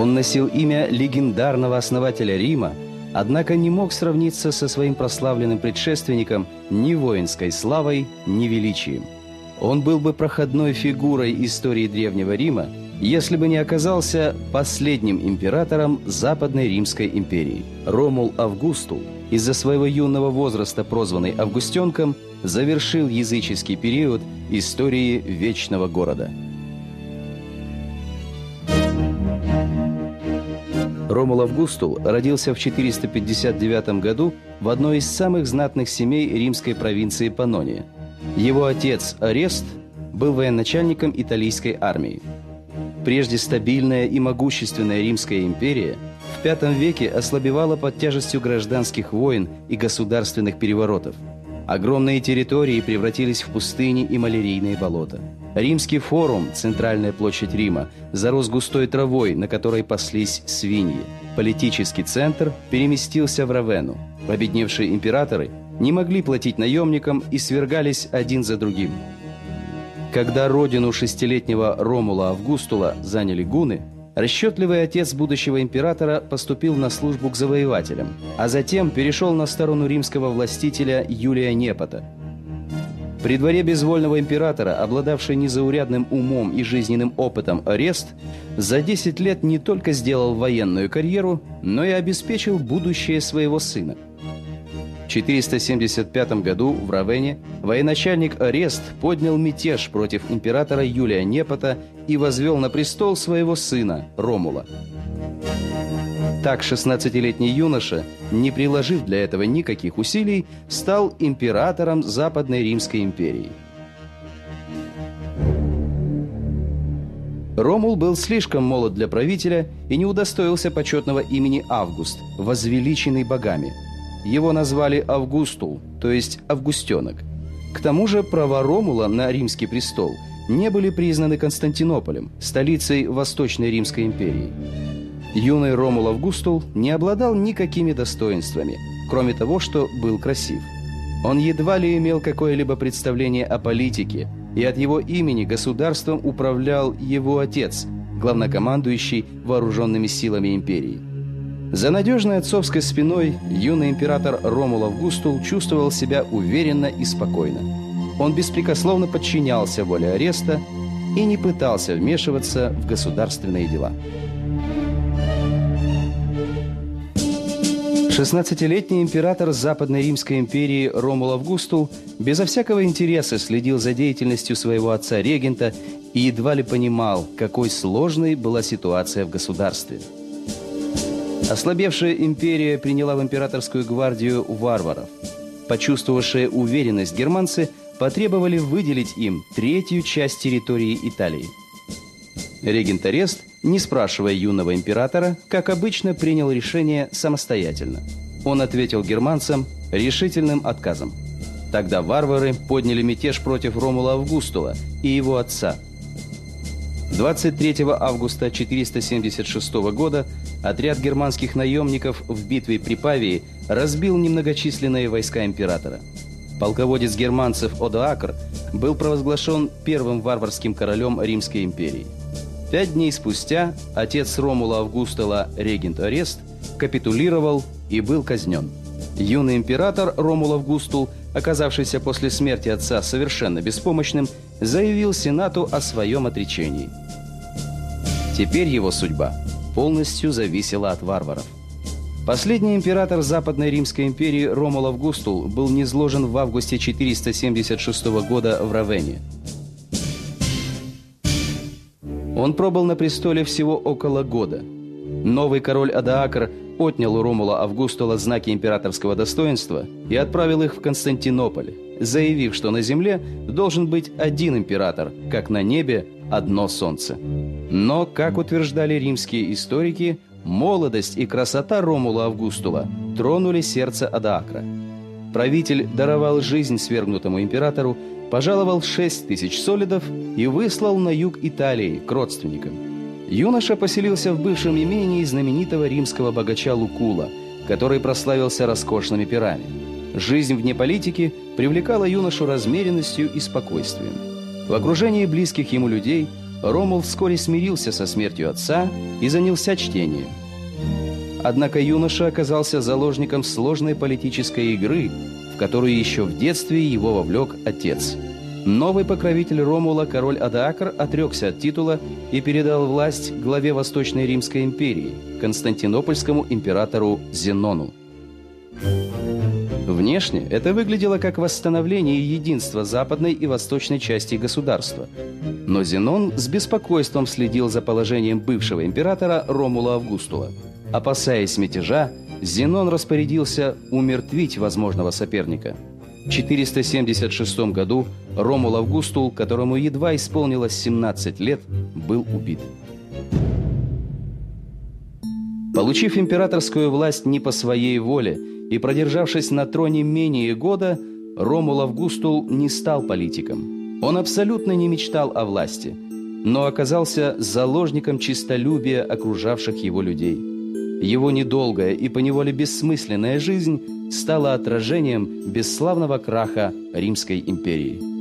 Он носил имя легендарного основателя Рима, однако не мог сравниться со своим прославленным предшественником ни воинской славой, ни величием. Он был бы проходной фигурой истории Древнего Рима, если бы не оказался последним императором Западной Римской империи. Ромул Августул, из-за своего юного возраста прозванный Августенком, завершил языческий период истории Вечного города. Ромул Августул родился в 459 году в одной из самых знатных семей римской провинции Паннония. Его отец Орест был военачальником италийской армии. Прежде стабильная и могущественная Римская империя в V веке ослабевала под тяжестью гражданских войн и государственных переворотов. Огромные территории превратились в пустыни и малярийные болота. Римский форум, центральная площадь Рима, зарос густой травой, на которой паслись свиньи. Политический центр переместился в Равенну. Обедневшие императоры не могли платить наемникам и свергались один за другим. Когда родину шестилетнего Ромула Августула заняли гунны, расчетливый отец будущего императора поступил на службу к завоевателям, а затем перешел на сторону римского властителя Юлия Непота. При дворе безвольного императора, обладавший незаурядным умом и жизненным опытом Орест, за 10 лет не только сделал военную карьеру, но и обеспечил будущее своего сына. В 475 году в Равенне военачальник Орест поднял мятеж против императора Юлия Непота и возвел на престол своего сына Ромула. Так 16-летний юноша, не приложив для этого никаких усилий, стал императором Западной Римской империи. Ромул был слишком молод для правителя и не удостоился почетного имени Август, возвеличенный богами. Его назвали Августул, то есть Августенок. К тому же права Ромула на римский престол не были признаны Константинополем, столицей Восточной Римской империи. Юный Ромул Августул не обладал никакими достоинствами, кроме того, что был красив. Он едва ли имел какое-либо представление о политике, и от его имени государством управлял его отец, главнокомандующий вооруженными силами империи. За надежной отцовской спиной юный император Ромул Августул чувствовал себя уверенно и спокойно. Он беспрекословно подчинялся воле Ореста и не пытался вмешиваться в государственные дела. 16-летний император Западной Римской империи Ромул Августул безо всякого интереса следил за деятельностью своего отца-регента и едва ли понимал, какой сложной была ситуация в государстве. Ослабевшая империя приняла в императорскую гвардию варваров. Почувствовавшие уверенность германцы потребовали выделить им третью часть территории Италии. Регент Орест, не спрашивая юного императора, как обычно, принял решение самостоятельно. Он ответил германцам решительным отказом. Тогда варвары подняли мятеж против Ромула Августула и его отца. 23 августа 476 года отряд германских наемников в битве при Павии разбил немногочисленные войска императора. Полководец германцев Одоакр был провозглашен первым варварским королем Римской империи. 5 дней спустя отец Ромула Августула, регент Орест, капитулировал и был казнен. Юный император Ромул Августул, оказавшийся после смерти отца совершенно беспомощным, заявил Сенату о своем отречении. Теперь его судьба полностью зависела от варваров. Последний император Западной Римской империи Ромул Августул был низвержен в августе 476 года в Равенне. Он пробыл на престоле всего около года. Новый король Одоакр отнял у Ромула Августула знаки императорского достоинства и отправил их в Константинополь, заявив, что на земле должен быть один император, как на небе одно солнце. Но, как утверждали римские историки, молодость и красота Ромула Августула тронули сердце Одоакра. Правитель даровал жизнь свергнутому императору, пожаловал 6000 солидов и выслал на юг Италии к родственникам. Юноша поселился в бывшем имении знаменитого римского богача Лукула, который прославился роскошными пирами. Жизнь вне политики привлекала юношу размеренностью и спокойствием. В окружении близких ему людей Ромул вскоре смирился со смертью отца и занялся чтением. Однако юноша оказался заложником сложной политической игры, в которую еще в детстве его вовлек отец. Новый покровитель Ромула, король Оdoакр, отрекся от титула и передал власть главе Восточной Римской империи, константинопольскому императору Зенону. Внешне это выглядело как восстановление единства западной и восточной части государства. Но Зенон с беспокойством следил за положением бывшего императора Ромула Августула. Опасаясь мятежа, Зенон распорядился умертвить возможного соперника. В 476 году Ромул Августул, которому едва исполнилось 17 лет, был убит. Получив императорскую власть не по своей воле и продержавшись на троне менее года, Ромул Августул не стал политиком. Он абсолютно не мечтал о власти, но оказался заложником честолюбия окружавших его людей. Его недолгая и поневоле бессмысленная жизнь стала отражением бесславного краха Римской империи.